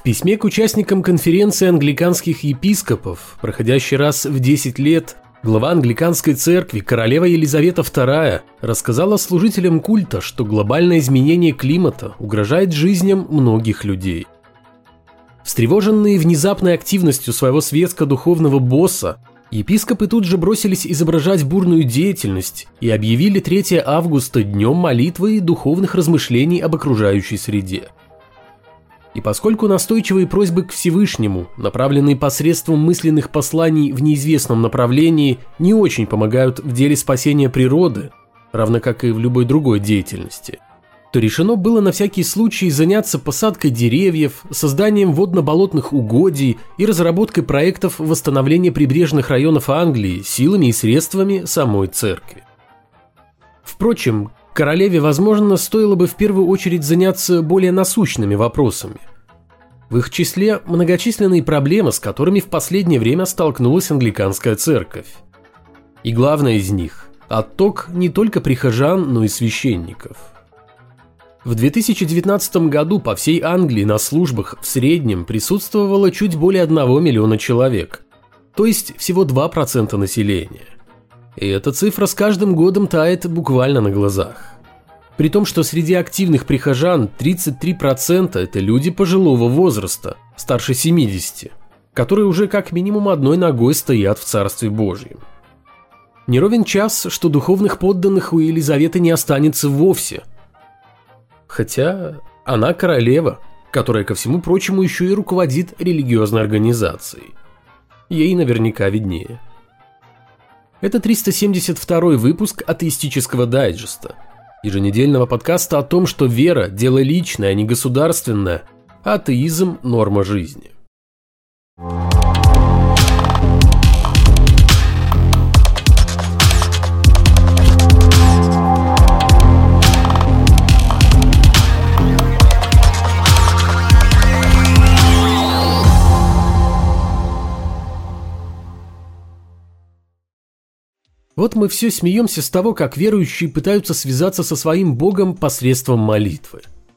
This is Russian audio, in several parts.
письме к участникам конференции англиканских епископов, проходящей раз в 10 лет, глава англиканской церкви, королева Елизавета II, рассказала служителям культа, что глобальное изменение климата угрожает жизням многих людей. Встревоженные внезапной активностью своего светско-духовного босса, епископы тут же бросились изображать бурную деятельность и объявили 3 августа днем молитвы и духовных размышлений об окружающей среде. И поскольку настойчивые просьбы к Всевышнему, направленные посредством мысленных посланий в неизвестном направлении, не очень помогают в деле спасения природы, равно как и в любой другой деятельности, то решено было на всякий случай заняться посадкой деревьев, созданием водно-болотных угодий и разработкой проектов восстановления прибрежных районов Англии силами и средствами самой церкви. Впрочем, королеве, возможно, стоило бы в первую очередь заняться более насущными вопросами. В их числе многочисленные проблемы, с которыми в последнее время столкнулась англиканская церковь. И главное из них – отток не только прихожан, но и священников. В 2019 году по всей Англии на службах в среднем присутствовало чуть более 1 миллиона человек, то есть всего 2% населения. И эта цифра с каждым годом тает буквально на глазах. При том, что среди активных прихожан 33% это люди пожилого возраста, старше 70, которые уже как минимум одной ногой стоят в Царстве Божьем. Не ровен час, что духовных подданных у Елизаветы не останется вовсе. Хотя она королева, которая, ко всему прочему, еще и руководит религиозной организацией. Ей наверняка виднее. Это 372-й выпуск атеистического дайджеста, еженедельного подкаста о том, что вера – дело личное, а не государственное, а атеизм – норма жизни. Вот мы все смеемся с того, как верующие пытаются связаться со своим Богом посредством молитвы.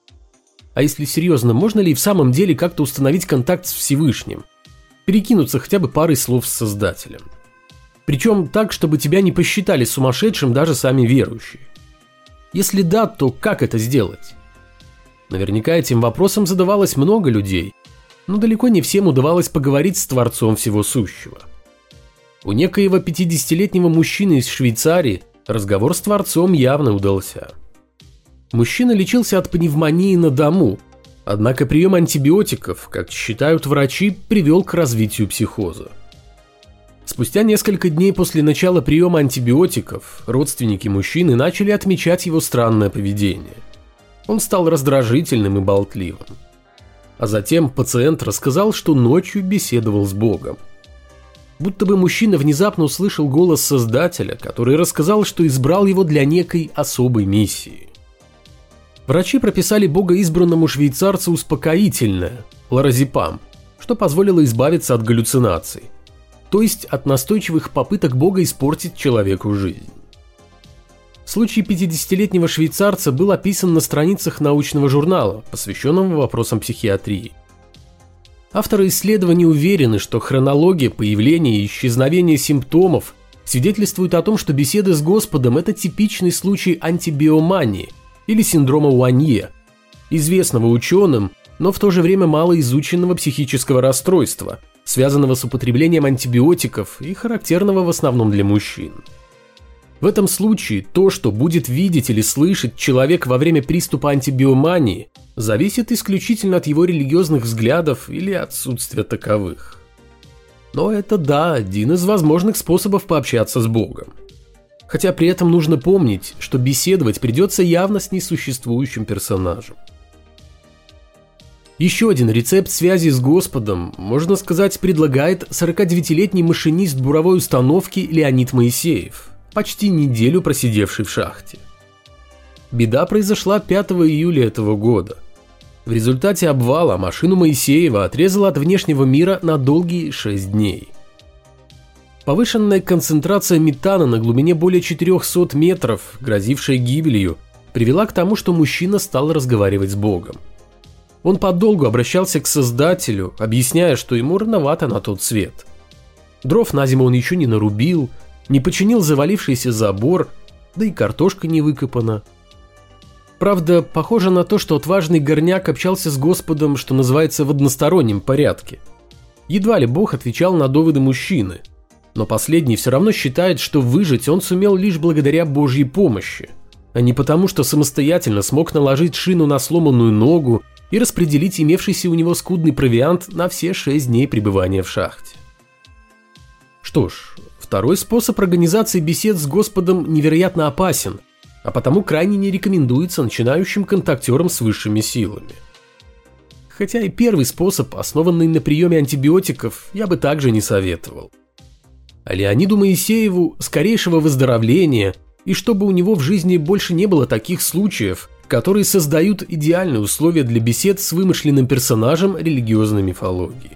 А если серьезно, можно ли в самом деле как-то установить контакт с Всевышним? Перекинуться хотя бы парой слов с Создателем. Причем так, чтобы тебя не посчитали сумасшедшим даже сами верующие. Если да, то как это сделать? Наверняка этим вопросом задавалось много людей, но далеко не всем удавалось поговорить с Творцом Всего Сущего. У некоего 50-летнего мужчины из Швейцарии разговор с Творцом явно удался. Мужчина лечился от пневмонии на дому, однако прием антибиотиков, как считают врачи, привел к развитию психоза. Спустя несколько дней после начала приема антибиотиков родственники мужчины начали отмечать его странное поведение. Он стал раздражительным и болтливым. А затем пациент рассказал, что ночью беседовал с Богом. Будто бы мужчина внезапно услышал голос Создателя, который рассказал, что избрал его для некой особой миссии. Врачи прописали богоизбранному швейцарцу успокоительное – лоразепам, что позволило избавиться от галлюцинаций, то есть от настойчивых попыток Бога испортить человеку жизнь. Случай 50-летнего швейцарца был описан на страницах научного журнала, посвященного вопросам психиатрии. Авторы исследований уверены, что хронология появления и исчезновения симптомов свидетельствует о том, что беседы с Господом – это типичный случай антибиомании или синдрома Уанье, известного ученым, но в то же время малоизученного психического расстройства, связанного с употреблением антибиотиков и характерного в основном для мужчин. В этом случае то, что будет видеть или слышать человек во время приступа антибиомании, зависит исключительно от его религиозных взглядов или отсутствия таковых. Но это да, один из возможных способов пообщаться с Богом. Хотя при этом нужно помнить, что беседовать придется явно с несуществующим персонажем. Еще один рецепт связи с Господом, можно сказать, предлагает 49-летний машинист буровой установки Леонид Моисеев, почти неделю просидевший в шахте. Беда произошла 5 июля этого года. В результате обвала машину Моисеева отрезало от внешнего мира на долгие 6 дней. Повышенная концентрация метана на глубине более 400 метров, грозившая гибелью, привела к тому, что мужчина стал разговаривать с Богом. Он подолгу обращался к Создателю, объясняя, что ему рановато на тот свет. Дров на зиму он еще не нарубил, не починил завалившийся забор, да и картошка не выкопана. Правда, похоже на то, что отважный горняк общался с Господом, что называется, в одностороннем порядке. Едва ли Бог отвечал на доводы мужчины, но последний все равно считает, что выжить он сумел лишь благодаря Божьей помощи, а не потому, что самостоятельно смог наложить шину на сломанную ногу и распределить имевшийся у него скудный провиант на все 6 дней пребывания в шахте. Что ж, второй способ организации бесед с Господом невероятно опасен, а потому крайне не рекомендуется начинающим контактерам с высшими силами. Хотя и первый способ, основанный на приеме антибиотиков, я бы также не советовал. А Леониду Моисееву скорейшего выздоровления и чтобы у него в жизни больше не было таких случаев, которые создают идеальные условия для бесед с вымышленным персонажем религиозной мифологии.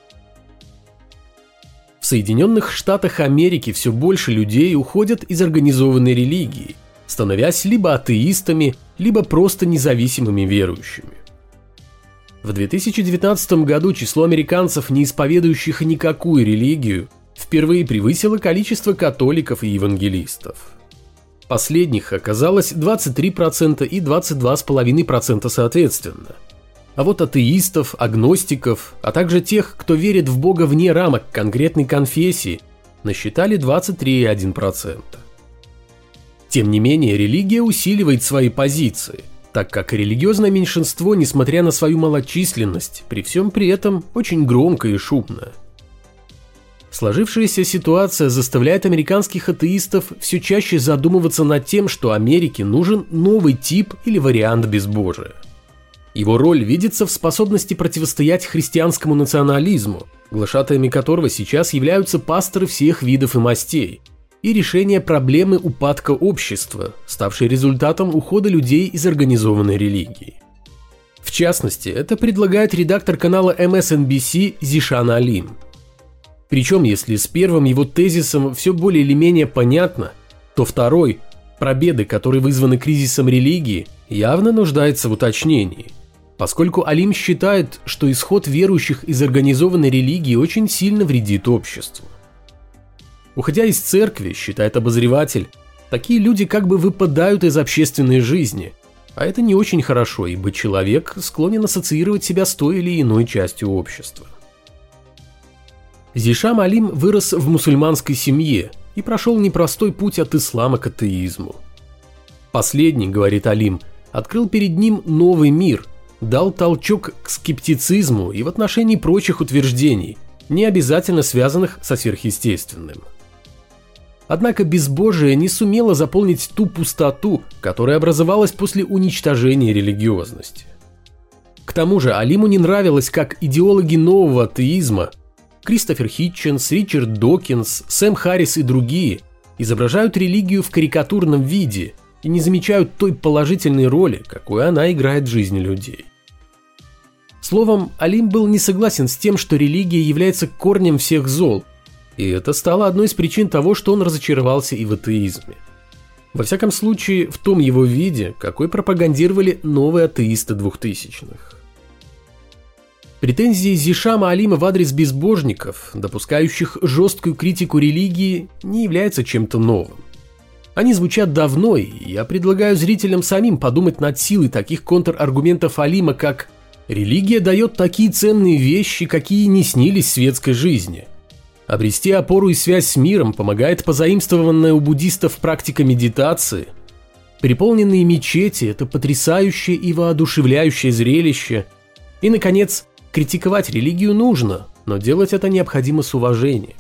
В Соединенных Штатах Америки все больше людей уходят из организованной религии, становясь либо атеистами, либо просто независимыми верующими. В 2019 году число американцев, не исповедующих никакую религию, впервые превысило количество католиков и евангелистов. Последних оказалось 23% и 22,5% соответственно. А вот атеистов, агностиков, а также тех, кто верит в Бога вне рамок конкретной конфессии, насчитали 23,1%. Тем не менее, религия усиливает свои позиции, так как религиозное меньшинство, несмотря на свою малочисленность, при всем при этом очень громкое и шумное. Сложившаяся ситуация заставляет американских атеистов все чаще задумываться над тем, что Америке нужен новый тип или вариант безбожия. Его роль видится в способности противостоять христианскому национализму, глашатаями которого сейчас являются пасторы всех видов и мастей, и решение проблемы упадка общества, ставшей результатом ухода людей из организованной религии. В частности, это предлагает редактор канала MSNBC Зишан Алим. Причем, если с первым его тезисом все более или менее понятно, то второй, про беды, которые вызваны кризисом религии, явно нуждается в уточнении, поскольку Алим считает, что исход верующих из организованной религии очень сильно вредит обществу. Уходя из церкви, считает обозреватель, такие люди как бы выпадают из общественной жизни, а это не очень хорошо, ибо человек склонен ассоциировать себя с той или иной частью общества. Зишан Алим вырос в мусульманской семье и прошел непростой путь от ислама к атеизму. Последний, говорит Алим, открыл перед ним новый мир, дал толчок к скептицизму и в отношении прочих утверждений, не обязательно связанных со сверхъестественным. Однако безбожие не сумело заполнить ту пустоту, которая образовалась после уничтожения религиозности. К тому же Алиму не нравилось, как идеологи нового атеизма Кристофер Хитченс, Ричард Докинс, Сэм Харрис и другие изображают религию в карикатурном виде и не замечают той положительной роли, какую она играет в жизни людей. Словом, Алим был не согласен с тем, что религия является корнем всех зол, и это стало одной из причин того, что он разочаровался и в атеизме. Во всяком случае, в том его виде, какой пропагандировали новые атеисты 2000-х. Претензии Зишана Алима в адрес безбожников, допускающих жесткую критику религии, не являются чем-то новым. Они звучат давно, и я предлагаю зрителям самим подумать над силой таких контраргументов Алима, как «религия дает такие ценные вещи, какие не снились светской жизни». Обрести опору и связь с миром помогает позаимствованная у буддистов практика медитации. Переполненные мечети – это потрясающее и воодушевляющее зрелище. И, наконец, критиковать религию нужно, но делать это необходимо с уважением.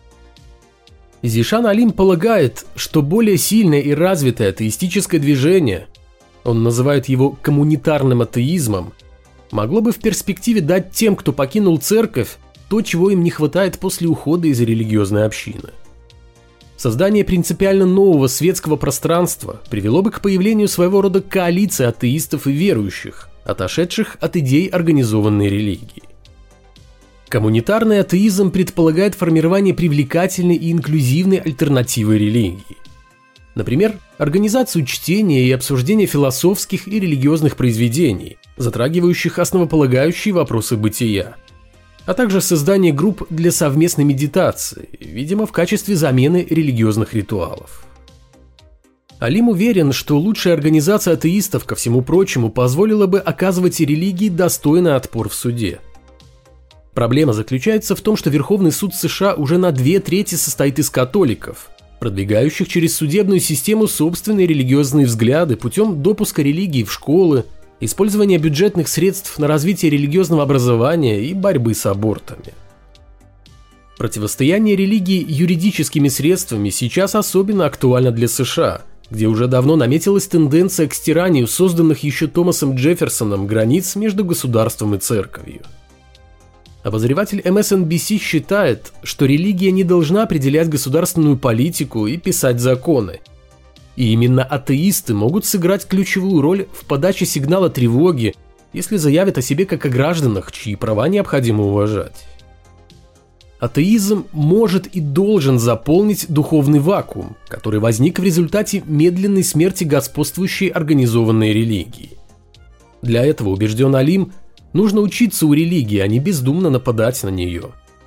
Зишан Алим полагает, что более сильное и развитое атеистическое движение, он называет его коммунитарным атеизмом, могло бы в перспективе дать тем, кто покинул церковь, то, чего им не хватает после ухода из религиозной общины. Создание принципиально нового светского пространства привело бы к появлению своего рода коалиции атеистов и верующих, отошедших от идей организованной религии. Коммунитарный атеизм предполагает формирование привлекательной и инклюзивной альтернативы религии. Например, организацию чтения и обсуждения философских и религиозных произведений, затрагивающих основополагающие вопросы бытия, а также создание групп для совместной медитации, видимо, в качестве замены религиозных ритуалов. Алим уверен, что лучшая организация атеистов, ко всему прочему, позволила бы оказывать религии достойный отпор в суде. Проблема заключается в том, что Верховный суд США уже на 2/3 состоит из католиков, продвигающих через судебную систему собственные религиозные взгляды путем допуска религии в школы, использования бюджетных средств на развитие религиозного образования и борьбы с абортами. Противостояние религии юридическими средствами сейчас особенно актуально для США, где уже давно наметилась тенденция к стиранию созданных еще Томасом Джефферсоном границ между государством и церковью. Обозреватель MSNBC считает, что религия не должна определять государственную политику и писать законы. И именно атеисты могут сыграть ключевую роль в подаче сигнала тревоги, если заявят о себе как о гражданах, чьи права необходимо уважать. Атеизм может и должен заполнить духовный вакуум, который возник в результате медленной смерти господствующей организованной религии. Для этого, убежден Алим, нужно учиться у религии, а не бездумно нападать на нее.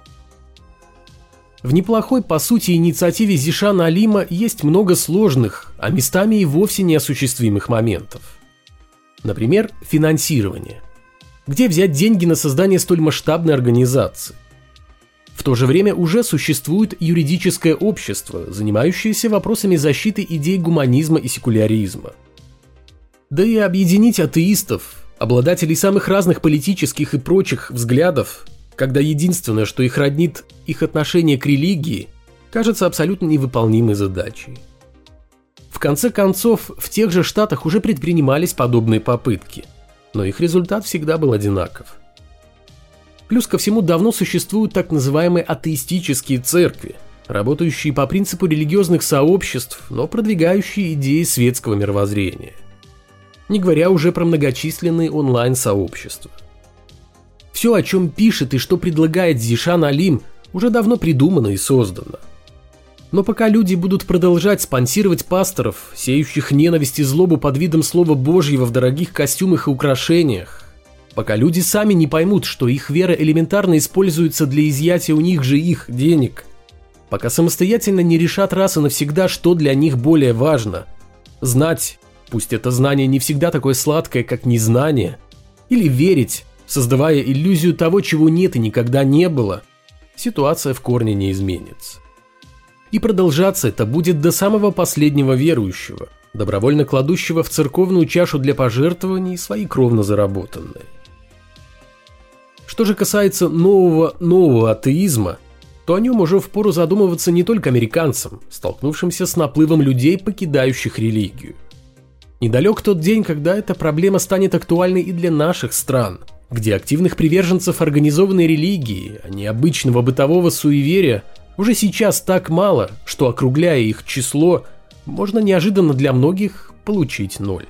В неплохой, по сути, инициативе Зишана Алима есть много сложных, а местами и вовсе неосуществимых моментов. Например, финансирование. Где взять деньги на создание столь масштабной организации? В то же время уже существует юридическое общество, занимающееся вопросами защиты идей гуманизма и секуляризма. Да и объединить атеистов, обладателей самых разных политических и прочих взглядов, когда единственное, что их роднит, их отношение к религии, кажется абсолютно невыполнимой задачей. В конце концов, в тех же штатах уже предпринимались подобные попытки, но их результат всегда был одинаков. Плюс ко всему давно существуют так называемые атеистические церкви, работающие по принципу религиозных сообществ, но продвигающие идеи светского мировоззрения. Не говоря уже про многочисленные онлайн-сообщества. Все, о чем пишет и что предлагает Зишан Алим, уже давно придумано и создано. Но пока люди будут продолжать спонсировать пасторов, сеющих ненависть и злобу под видом Слова Божьего в дорогих костюмах и украшениях, пока люди сами не поймут, что их вера элементарно используется для изъятия у них же их денег, пока самостоятельно не решат раз и навсегда, что для них более важно – знать, пусть это знание не всегда такое сладкое, как незнание, или верить, создавая иллюзию того, чего нет и никогда не было, ситуация в корне не изменится. И продолжаться это будет до самого последнего верующего, добровольно кладущего в церковную чашу для пожертвований свои кровно заработанные. Что же касается нового атеизма, то о нем уже впору задумываться не только американцам, столкнувшимся с наплывом людей, покидающих религию. Недалек тот день, когда эта проблема станет актуальной и для наших стран, где активных приверженцев организованной религии, а не обычного бытового суеверия, уже сейчас так мало, что, округляя их число, можно неожиданно для многих получить 0.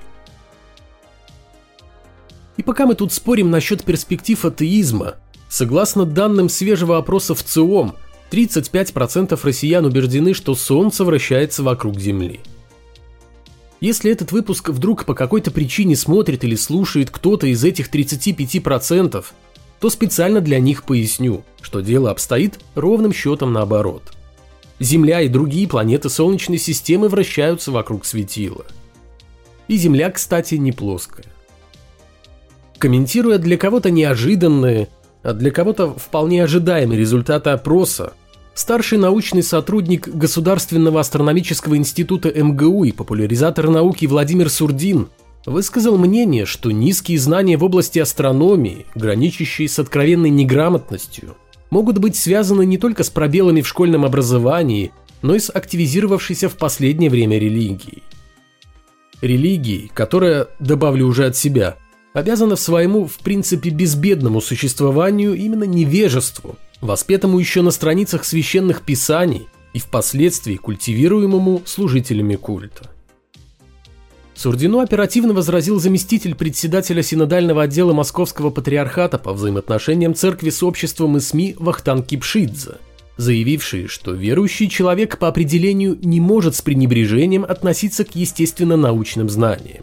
И пока мы тут спорим насчет перспектив атеизма, согласно данным свежего опроса в ЦИОМ, 35% россиян убеждены, что Солнце вращается вокруг Земли. Если этот выпуск вдруг по какой-то причине смотрит или слушает кто-то из этих 35%, то специально для них поясню, что дело обстоит ровным счетом наоборот. Земля и другие планеты Солнечной системы вращаются вокруг светила. И Земля, кстати, не плоская. Комментируя для кого-то неожиданные, а для кого-то вполне ожидаемые результаты опроса, старший научный сотрудник Государственного астрономического института МГУ и популяризатор науки Владимир Сурдин высказал мнение, что низкие знания в области астрономии, граничащие с откровенной неграмотностью, могут быть связаны не только с пробелами в школьном образовании, но и с активизировавшейся в последнее время религией. Религией, которая, добавлю уже от себя, обязана своему, в принципе, безбедному существованию именно невежеству, воспетому еще на страницах священных писаний и впоследствии культивируемому служителями культа. Сурдину оперативно возразил заместитель председателя синодального отдела Московского патриархата по взаимоотношениям церкви с обществом и СМИ Вахтанг Кипшидзе, заявившие, что верующий человек по определению не может с пренебрежением относиться к естественно-научным знаниям.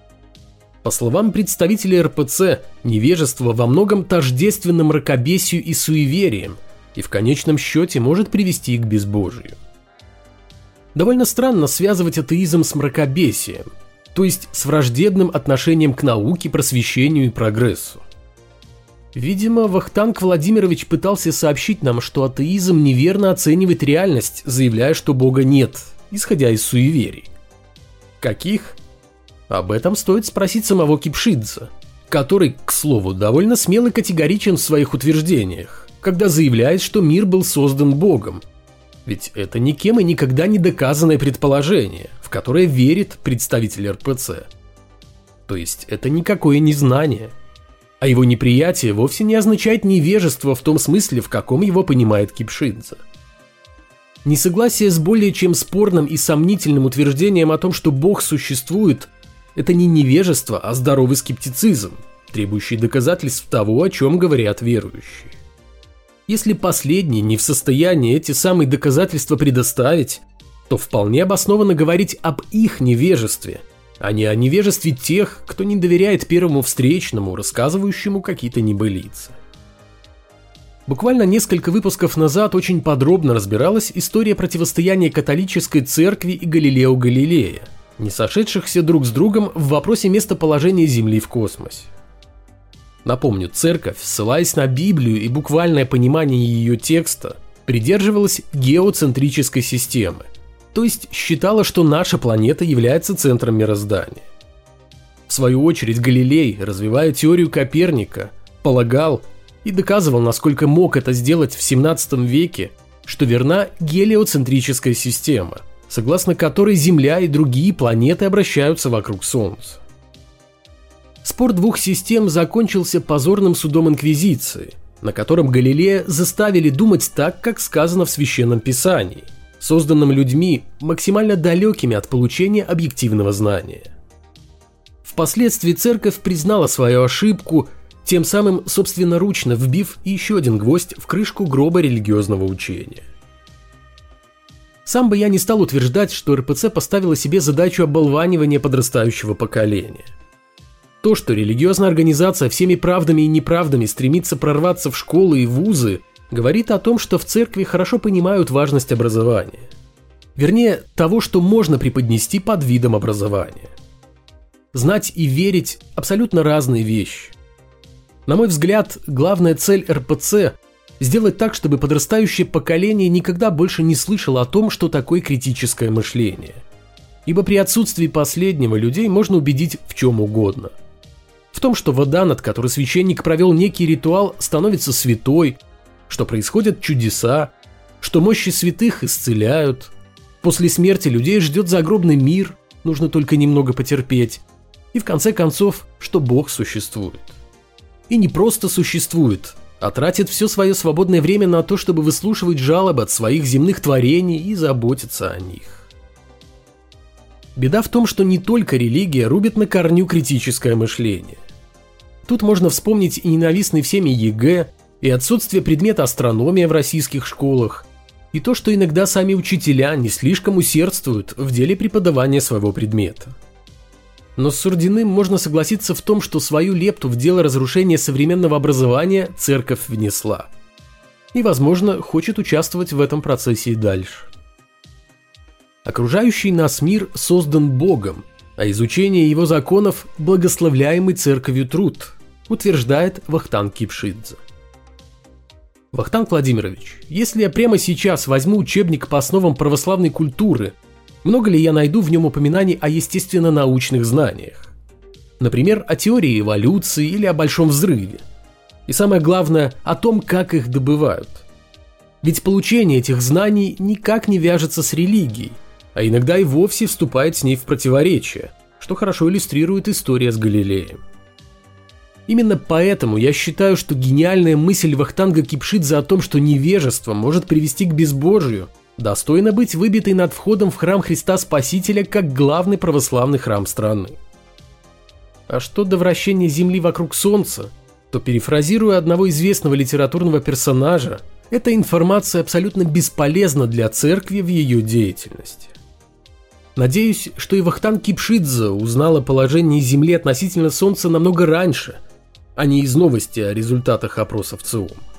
По словам представителей РПЦ, невежество во многом тождественно мракобесию и суевериям, и в конечном счете может привести к безбожию. Довольно странно связывать атеизм с мракобесием, то есть с враждебным отношением к науке, просвещению и прогрессу. Видимо, Вахтанг Владимирович пытался сообщить нам, что атеизм неверно оценивает реальность, заявляя, что Бога нет, исходя из суеверий. Каких? Об этом стоит спросить самого Кипшидзе, который, к слову, довольно смел и категоричен в своих утверждениях, когда заявляет, что мир был создан Богом. Ведь это никем и никогда не доказанное предположение, в которое верит представитель РПЦ. То есть это никакое незнание. А его неприятие вовсе не означает невежество в том смысле, в каком его понимает Кипшидзе. Несогласие с более чем спорным и сомнительным утверждением о том, что Бог существует, это не невежество, а здоровый скептицизм, требующий доказательств того, о чем говорят верующие. Если последние не в состоянии эти самые доказательства предоставить, то вполне обоснованно говорить об их невежестве, а не о невежестве тех, кто не доверяет первому встречному, рассказывающему какие-то небылицы. Буквально несколько выпусков назад очень подробно разбиралась история противостояния католической церкви и Галилео Галилея, не сошедшихся друг с другом в вопросе местоположения Земли в космосе. Напомню, церковь, ссылаясь на Библию и буквальное понимание ее текста, придерживалась геоцентрической системы, то есть считала, что наша планета является центром мироздания. В свою очередь Галилей, развивая теорию Коперника, полагал и доказывал, насколько мог это сделать в 17 веке, что верна гелиоцентрическая система, согласно которой Земля и другие планеты обращаются вокруг Солнца. Спор двух систем закончился позорным судом Инквизиции, на котором Галилея заставили думать так, как сказано в Священном Писании, созданном людьми, максимально далекими от получения объективного знания. Впоследствии церковь признала свою ошибку, тем самым собственноручно вбив еще один гвоздь в крышку гроба религиозного учения. Сам бы я не стал утверждать, что РПЦ поставила себе задачу оболванивания подрастающего поколения. То, что религиозная организация всеми правдами и неправдами стремится прорваться в школы и вузы, говорит о том, что в церкви хорошо понимают важность образования. Вернее, того, что можно преподнести под видом образования. Знать и верить – абсолютно разные вещи. На мой взгляд, главная цель РПЦ – сделать так, чтобы подрастающее поколение никогда больше не слышало о том, что такое критическое мышление. Ибо при отсутствии последнего людей можно убедить в чем угодно. В том, что вода, над которой священник провел некий ритуал, становится святой, что происходят чудеса, что мощи святых исцеляют. После смерти людей ждет загробный мир, нужно только немного потерпеть. И в конце концов, что Бог существует. И не просто существует, а тратит все свое свободное время на то, чтобы выслушивать жалобы от своих земных творений и заботиться о них. Беда в том, что не только религия рубит на корню критическое мышление. Тут можно вспомнить и ненавистный всеми ЕГЭ, и отсутствие предмета астрономия в российских школах, и то, что иногда сами учителя не слишком усердствуют в деле преподавания своего предмета. Но с Сурдиным можно согласиться в том, что свою лепту в дело разрушения современного образования церковь внесла. И, возможно, хочет участвовать в этом процессе и дальше. Окружающий нас мир создан Богом, а изучение его законов – благословляемый церковью труд, утверждает Вахтанг Кипшидзе. Вахтанг Владимирович, если я прямо сейчас возьму учебник по основам православной культуры, много ли я найду в нем упоминаний о естественно-научных знаниях? Например, о теории эволюции или о Большом взрыве. И самое главное, о том, как их добывают. Ведь получение этих знаний никак не вяжется с религией, а иногда и вовсе вступает с ней в противоречие, что хорошо иллюстрирует история с Галилеем. Именно поэтому я считаю, что гениальная мысль Вахтанга Кипшидзе о том, что невежество может привести к безбожию, достойна быть выбитой над входом в храм Христа Спасителя как главный православный храм страны. А что до вращения Земли вокруг Солнца, то, перефразируя одного известного литературного персонажа, Эта информация абсолютно бесполезна для церкви в ее деятельности. Надеюсь, что и Вахтанг Кипшидзе узнал о положении Земли относительно Солнца намного раньше, а не из новости о результатах опросов ЦИОМ.